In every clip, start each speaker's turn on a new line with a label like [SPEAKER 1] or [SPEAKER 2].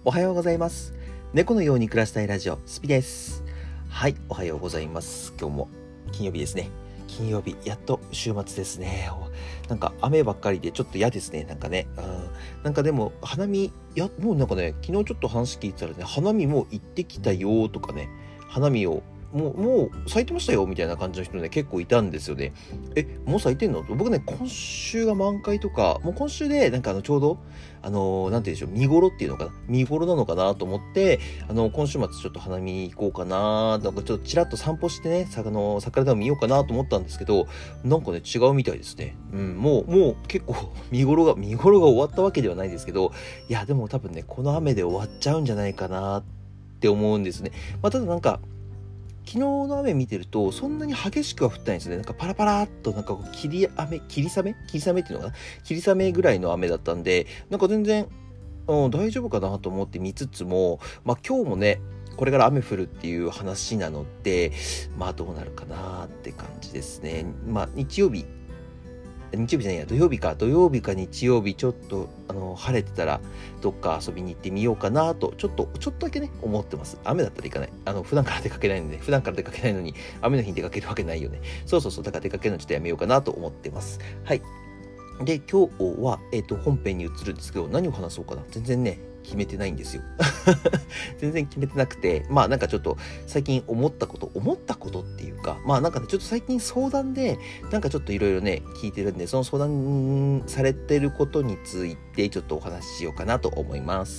[SPEAKER 1] おはようございます。猫のように暮らしたいラジオ、スピです。はい、おはようございます。今日も金曜日ですね。金曜日、やっと週末ですね。なんか雨ばっかりでちょっと嫌ですね。なんかね。なんかでも、花見、もうなんかね、昨日ちょっと話聞いてたらね、花見もう行ってきたよとかね、花見をもう咲いてましたよみたいな感じの人ね、結構いたんですよね。もう咲いてんの？僕ね、今週が満開とか、もう今週で、なんかちょうど、なんて言うんでしょう、見頃っていうのかな、見頃なのかなと思って、今週末ちょっと花見に行こうかな、なんかちょっとちらっと散歩してね、桜でも見ようかなと思ったんですけど、なんかね、違うみたいですね。もう結構見頃が終わったわけではないですけど、いや、でも多分ね、この雨で終わっちゃうんじゃないかなって思うんですね。ただなんか、昨日の雨見てると、そんなに激しくは降ってないんですね。なんかパラパラっと、なんか霧雨っていうのかな、霧雨ぐらいの雨だったんで、なんか全然、大丈夫かなと思って見つつも、今日もね、これから雨降るっていう話なので、どうなるかなって感じですね。土曜日か日曜日、ちょっと、晴れてたら、どっか遊びに行ってみようかなと、ちょっとだけね、思ってます。雨だったら行かない。普段から出かけないのに、雨の日に出かけるわけないよね。そう、だから出かけるのちょっとやめようかなと思ってます。はい。で、今日は、本編に移るんですけど、何を話そうかな。全然ね、決めてないんですよ。全然決めてなくて、なんかちょっと最近思ったことっていうか、なんかね、ちょっと最近相談で、なんかちょっといろいろね、聞いてるんで、その相談されてることについて、ちょっとお話ししようかなと思います。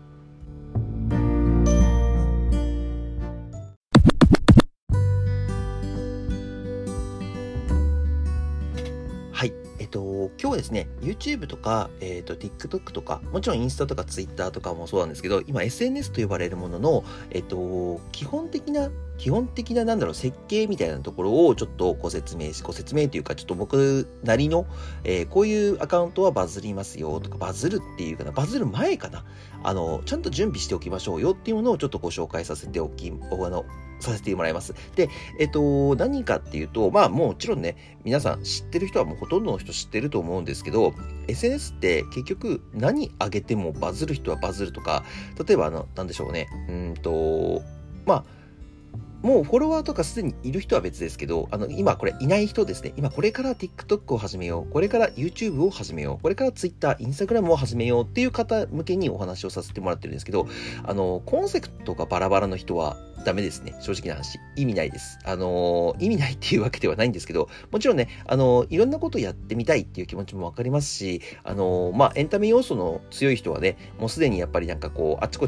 [SPEAKER 1] はい。今日はですね、YouTube とか、TikTok とか、もちろんインスタとか Twitter とかもそうなんですけど、今 SNS と呼ばれるものの、基本的な設計みたいなところをちょっとご説明というか、ちょっと僕なりの、こういうアカウントはバズりますよとか、バズるっていうかな、バズる前かな。ちゃんと準備しておきましょうよっていうものをちょっとご紹介させてもらいます。で、何かっていうと、もちろんね、皆さん知ってる人はもうほとんどの人知ってると思うんですけど、SNS って結局何上げてもバズる人はバズるとか、例えばなんでしょうね、もうフォロワーとかすでにいる人は別ですけど、今これいない人ですね。今これから TikTok を始めよう。これから YouTube を始めよう。これから Twitter、Instagram を始めようっていう方向けにお話をさせてもらってるんですけど、コンセプトがバラバラの人はダメですね。正直な話。意味ないです。意味ないっていうわけではないんですけど、もちろんね、いろんなことをやってみたいっていう気持ちもわかりますし、エンタメ要素の強い人はね、もうすでにやっぱりなんかこう、あち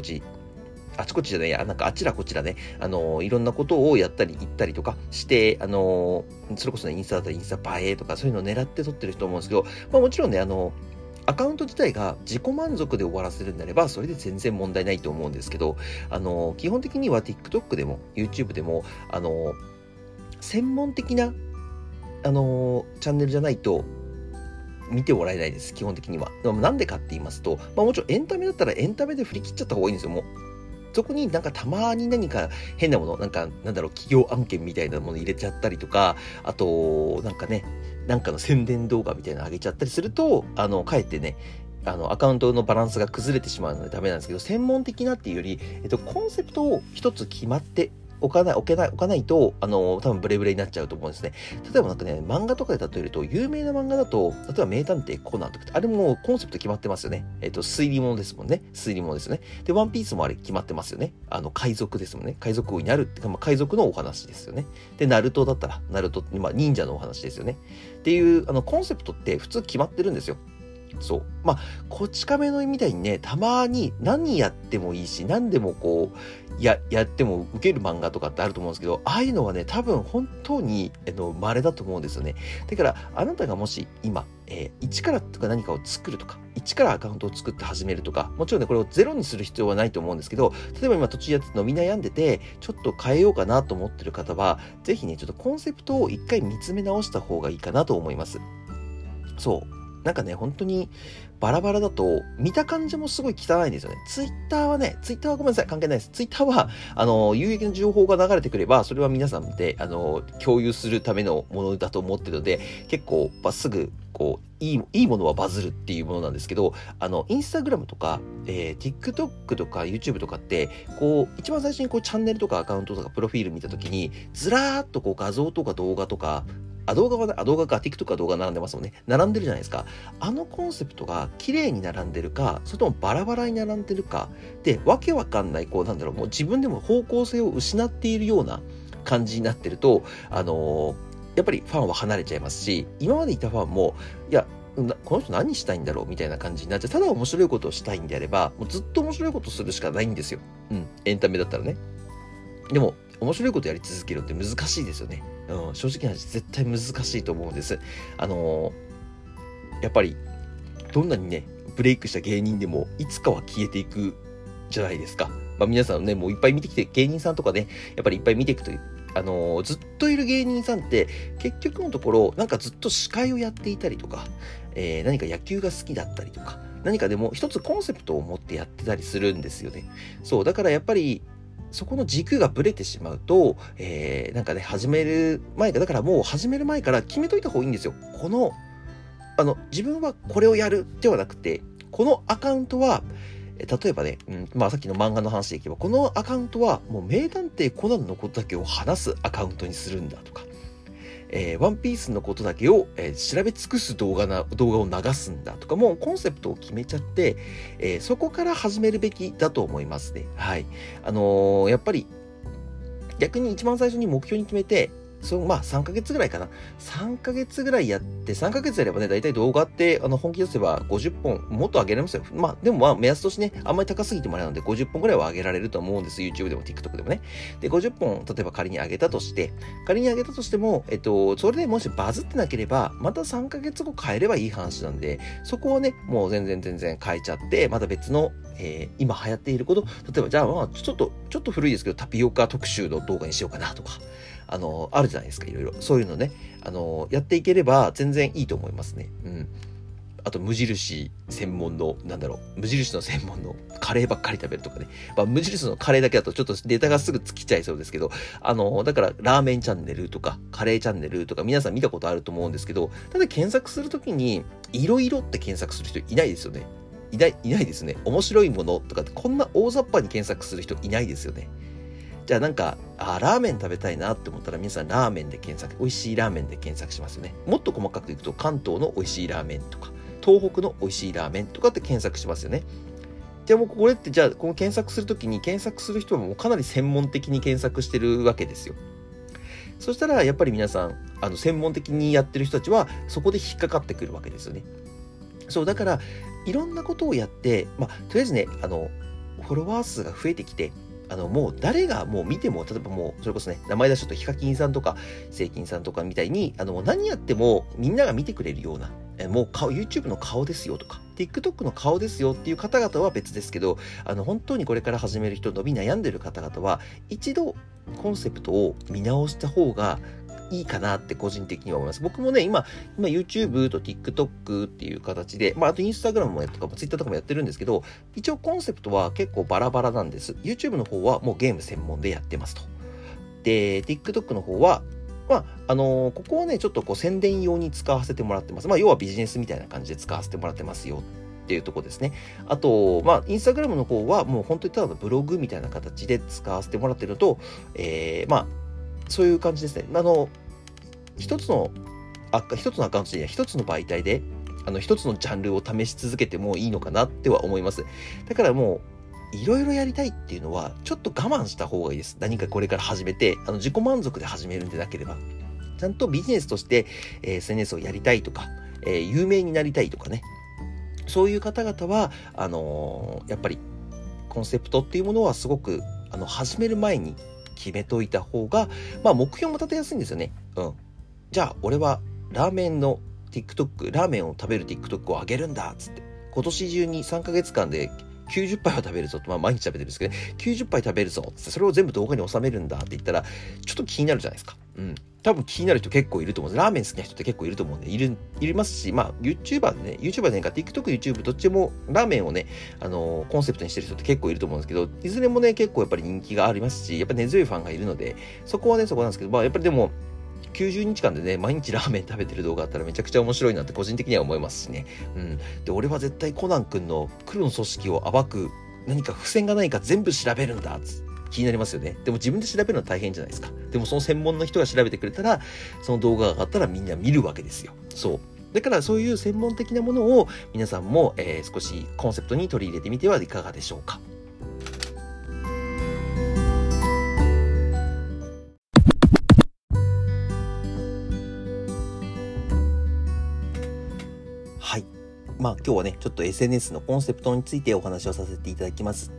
[SPEAKER 1] らこちらね、いろんなことをやったり言ったりとかして、それこそね、インスタだったらインスタ映えとかそういうのを狙って撮ってる人思うんですけど、もちろんね、アカウント自体が自己満足で終わらせるんであれば、それで全然問題ないと思うんですけど、基本的には TikTok でも YouTube でも、専門的な、チャンネルじゃないと、見てもらえないです、基本的には。なんでかって言いますと、もちろんエンタメだったらエンタメで振り切っちゃった方がいいんですよ、もう。そこになんかたまに何か変なもの、企業案件みたいなもの入れちゃったりとか、あと、なんかの宣伝動画みたいなの上げちゃったりすると、かえってね、アカウントのバランスが崩れてしまうのでダメなんですけど、専門的なっていうより、コンセプトを一つ決まって置かないと、多分ブレブレになっちゃうと思うんですね。例えば漫画とかで例えると、有名な漫画だと、例えば名探偵コナンとかって、あれもコンセプト決まってますよね。推理物ですもんね。推理物ですよね。で、ワンピースもあれ決まってますよね。海賊ですもんね。海賊王になるって海賊のお話ですよね。で、ナルトだったら、忍者のお話ですよね。っていう、コンセプトって普通決まってるんですよ。そう。こち亀のみたいにね、たまに何やってもいいし、何でもやっても受ける漫画とかってあると思うんですけど、ああいうのはね、多分本当に、稀だと思うんですよね。だから、あなたがもし今、一からとか何かを作るとか、一からアカウントを作って始めるとか、もちろんね、これをゼロにする必要はないと思うんですけど、例えば今途中飲み悩んでて、ちょっと変えようかなと思ってる方は、ぜひね、ちょっとコンセプトを一回見つめ直した方がいいかなと思います。そう。 なんかね、本当にバラバラだと、見た感じもすごい汚いんですよね。ツイッターはごめんなさい、関係ないです。ツイッターは、有益な情報が流れてくれば、それは皆さんで、共有するためのものだと思ってるので、結構、すぐ、いいものはバズるっていうものなんですけど、インスタグラムとか、TikTok とか YouTube とかって、一番最初にチャンネルとかアカウントとかプロフィール見たときに、ずらーっと画像とか動画とか、動画か、TikTok は動画並んでますもんね。並んでるじゃないですか。あのコンセプトが綺麗に並んでるか、それともバラバラに並んでるか、で、わけわかんない、もう自分でも方向性を失っているような感じになってると、やっぱりファンは離れちゃいますし、今までいたファンも、いや、この人何したいんだろうみたいな感じになっちゃう。ただ面白いことをしたいんであれば、もうずっと面白いことをするしかないんですよ。エンタメだったらね。でも、面白いことやり続けるって難しいですよね。正直な話、絶対難しいと思うんです。やっぱり、どんなにね、ブレイクした芸人でも、いつかは消えていくじゃないですか。皆さんね、もういっぱい見てきて、芸人さんとかね、やっぱりいっぱい見ていくという、ずっといる芸人さんって、結局のところ、なんかずっと司会をやっていたりとか、何か野球が好きだったりとか、何かでも一つコンセプトを持ってやってたりするんですよね。そう、だからやっぱり、そこの軸がブレてしまうと、なんかね、だからもう始める前から決めといた方がいいんですよ。自分はこれをやるではなくて、このアカウントは、例えばね、さっきの漫画の話でいけば、このアカウントはもう名探偵コナンのことだけを話すアカウントにするんだとか、ワンピースのことだけを、調べ尽くす動画を流すんだとか、もうコンセプトを決めちゃって、そこから始めるべきだと思いますね。はい。やっぱり、逆に一番最初に目標に決めて、3ヶ月ぐらいかな。3ヶ月ぐらいやって、3ヶ月やればね、だいたい動画って、本気出せば50本、もっと上げられますよ。でも目安としてね、あんまり高すぎてもあれなので、50本ぐらいは上げられると思うんです。YouTube でも TikTok でもね。で、50本、例えば仮に上げたとして、も、それでもしバズってなければ、また3ヶ月後変えればいい話なんで、そこはね、もう全然変えちゃって、また別の、今流行っていること、例えばじゃあちょっと古いですけど、タピオカ特集の動画にしようかなとか、あるじゃないですか、いろいろ。そういうのね、やっていければ全然いいと思いますね。あと、無印の専門のカレーばっかり食べるとかね。無印のカレーだけだとちょっとネタがすぐ尽きちゃいそうですけど、だからラーメンチャンネルとか、カレーチャンネルとか皆さん見たことあると思うんですけど、ただ検索するときに、いろいろって検索する人いないですよね。いないですね。面白いものとかって、こんな大雑把に検索する人いないですよね。じゃあラーメン食べたいなって思ったら皆さんラーメンで検索、美味しいラーメンで検索しますよね。もっと細かくいくと関東の美味しいラーメンとか、東北の美味しいラーメンとかって検索しますよね。じゃあもうこれってこの検索するときに検索する人はもうかなり専門的に検索してるわけですよ。そしたらやっぱり皆さん、専門的にやってる人たちはそこで引っかかってくるわけですよね。そう、だからいろんなことをやって、とりあえずね、フォロワー数が増えてきて、もう誰がもう見ても、例えばもう、それこそね、名前出しちゃうとヒカキンさんとか、セイキンさんとかみたいに、何やってもみんなが見てくれるような、もうYouTube の顔ですよとか、TikTok の顔ですよっていう方々は別ですけど、本当にこれから始める人、伸び悩んでる方々は、一度コンセプトを見直した方がいいかなって個人的には思います。僕もね、今 YouTube と TikTok っていう形で、あと Instagram もとか Twitter とかもやってるんですけど、一応コンセプトは結構バラバラなんです。YouTube の方はもうゲーム専門でやってますと。で、TikTok の方は、ここはね、ちょっと宣伝用に使わせてもらってます。要はビジネスみたいな感じで使わせてもらってますよっていうところですね。あと、Instagram の方はもう本当にただのブログみたいな形で使わせてもらってるのと、そういう感じですね。一つのアカウントで一つの媒体で、一つのジャンルを試し続けてもいいのかなっては思います。だからもう、いろいろやりたいっていうのは、ちょっと我慢した方がいいです。何かこれから始めて、自己満足で始めるんでなければ。ちゃんとビジネスとして、SNS をやりたいとか、有名になりたいとかね。そういう方々は、やっぱり、コンセプトっていうものはすごく、始める前に決めといた方が、目標も立てやすいんですよね。じゃあ、俺はラーメンを食べる TikTok を上げるんだっつって、今年中に3ヶ月間で 90杯は食べるぞと、毎日食べてるんですけどね、90杯食べるぞって、それを全部動画に収めるんだって言ったら、ちょっと気になるじゃないですか。多分気になる人結構いると思うんです。ラーメン好きな人って結構いると思うんで、いりますし、YouTuber でね、YouTuber でね、TikTok、YouTube、どっちもラーメンをね、コンセプトにしてる人って結構いると思うんですけど、いずれもね、結構やっぱり人気がありますし、やっぱり根強いファンがいるので、そこはね、そこなんですけど、やっぱりでも、90日間でね、毎日ラーメン食べてる動画あったらめちゃくちゃ面白いなって個人的には思いますしね。で、俺は絶対コナン君の黒の組織を暴く何か付箋がないか全部調べるんだ気になりますよね。でも自分で調べるのは大変じゃないですか。でもその専門の人が調べてくれたら、その動画が上がったらみんな見るわけですよ。そう。だからそういう専門的なものを皆さんも、少しコンセプトに取り入れてみてはいかがでしょうか。はい。今日はね、ちょっと SNS のコンセプトについてお話をさせていただきました。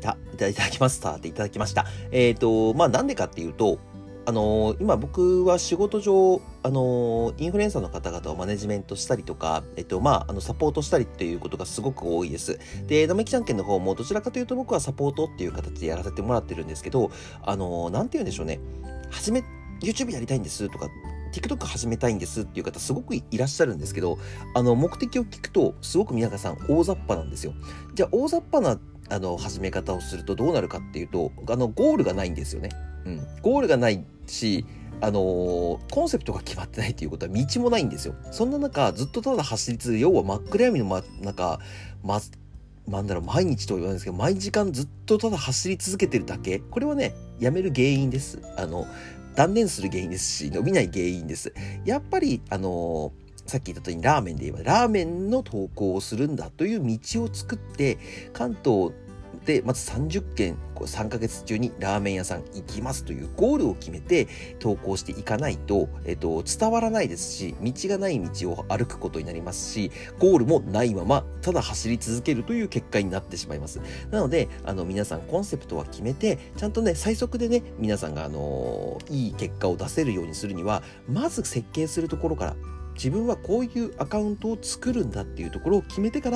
[SPEAKER 1] なんでかっていうと、今僕は仕事上、インフルエンサーの方々をマネジメントしたりとか、サポートしたりっていうことがすごく多いです。で、生木ちゃん県の方もどちらかというと僕はサポートっていう形でやらせてもらってるんですけど、なんて言うんでしょうね。YouTube やりたいんですとか、TikTok 始めたいんですっていう方すごくいらっしゃるんですけど、目的を聞くとすごく皆さん大雑把なんですよ。じゃあ大雑把な始め方をするとどうなるかっていうと、ゴールがないんですよね。ゴールがないし、コンセプトが決まってないっていうことは道もないんですよ。そんな中、ずっとただ走り続け、要は真っ暗闇の中、毎日とは言わないんですけど、毎時間ずっとただ走り続けてるだけ。これはね、やめる原因です。断念する原因ですし、伸びない原因です。やっぱり、さっき言った通りにラーメンで言えば、ラーメンの投稿をするんだという道を作って、関東でまず30件、3ヶ月中にラーメン屋さん行きますというゴールを決めて投稿していかないと、伝わらないですし、道がない道を歩くことになりますし、ゴールもないまま、ただ走り続けるという結果になってしまいます。なので、皆さんコンセプトは決めて、ちゃんとね、最速でね、皆さんが、いい結果を出せるようにするには、まず設計するところから、自分はこういうアカウントを作るんだっていうところを決めてから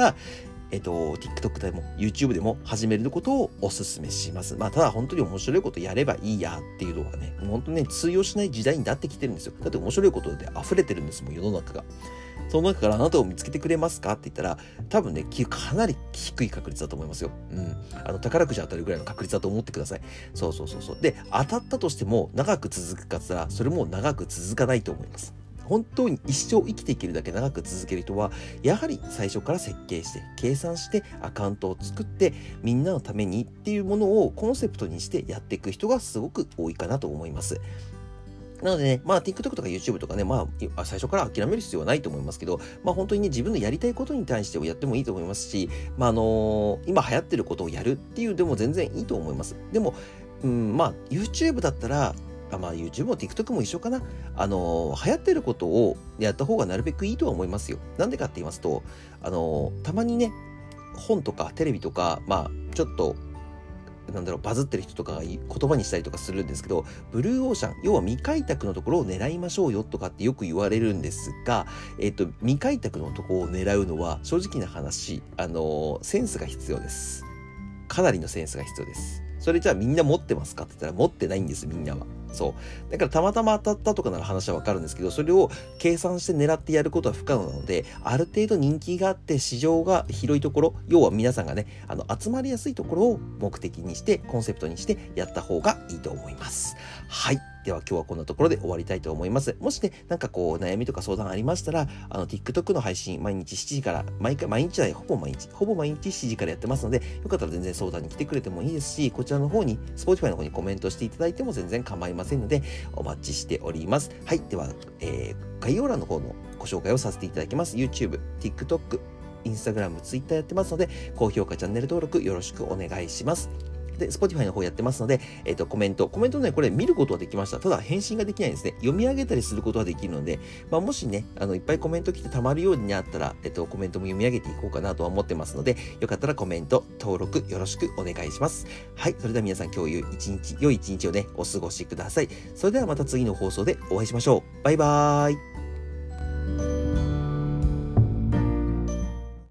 [SPEAKER 1] 、TikTok でも YouTube でも始めることをお勧めします。ただ本当に面白いことやればいいやっていうのはね、本当にね、通用しない時代になってきてるんですよ。だって面白いことで溢れてるんですもん、世の中が。その中からあなたを見つけてくれますかって言ったら、多分ね、かなり低い確率だと思いますよ。宝くじ当たるぐらいの確率だと思ってください。そう。で、当たったとしても長く続くかって言ったら、それも長く続かないと思います。本当に一生生きていけるだけ長く続ける人は、やはり最初から設計して、計算して、アカウントを作って、みんなのためにっていうものをコンセプトにしてやっていく人がすごく多いかなと思います。なのでね、TikTok とか YouTube とかね、最初から諦める必要はないと思いますけど、本当にね、自分のやりたいことに対してやってもいいと思いますし、今流行ってることをやるっていうでも全然いいと思います。でも、YouTube だったら、YouTube も TikTok も一緒かな。流行ってることをやった方がなるべくいいとは思いますよ。なんでかって言いますと、たまにね、本とかテレビとか、ちょっと、バズってる人とかが言葉にしたりとかするんですけど、ブルーオーシャン、要は未開拓のところを狙いましょうよとかってよく言われるんですが、未開拓のところを狙うのは正直な話、センスが必要です。かなりのセンスが必要です。それじゃあみんな持ってますかって言ったら持ってないんです、みんなは。そう。だからたまたま当たったとかなら話はわかるんですけど、それを計算して狙ってやることは不可能なので、ある程度人気があって市場が広いところ、要は皆さんがね、集まりやすいところを目的にして、コンセプトにしてやった方がいいと思います。はい。では今日はこんなところで終わりたいと思います。もしね、悩みとか相談ありましたら、TikTok の配信、毎日7時から、毎日じゃない、ほぼ毎日7時からやってますので、よかったら全然相談に来てくれてもいいですし、こちらの方に、Spotify の方にコメントしていただいても全然構いませんので、お待ちしております。はい。では、概要欄の方のご紹介をさせていただきます。YouTube、TikTok、Instagram、Twitter やってますので、高評価、チャンネル登録よろしくお願いします。で、Spotify の方やってますので、コメントね、これ見ることはできました。ただ、返信ができないんですね。読み上げたりすることはできるので、もしね、いっぱいコメント来て溜まるようになったら、コメントも読み上げていこうかなとは思ってますので、よかったらコメント、登録よろしくお願いします。はい。それでは皆さん、今日良い一日をね、お過ごしください。それではまた次の放送でお会いしましょう。バイバーイ。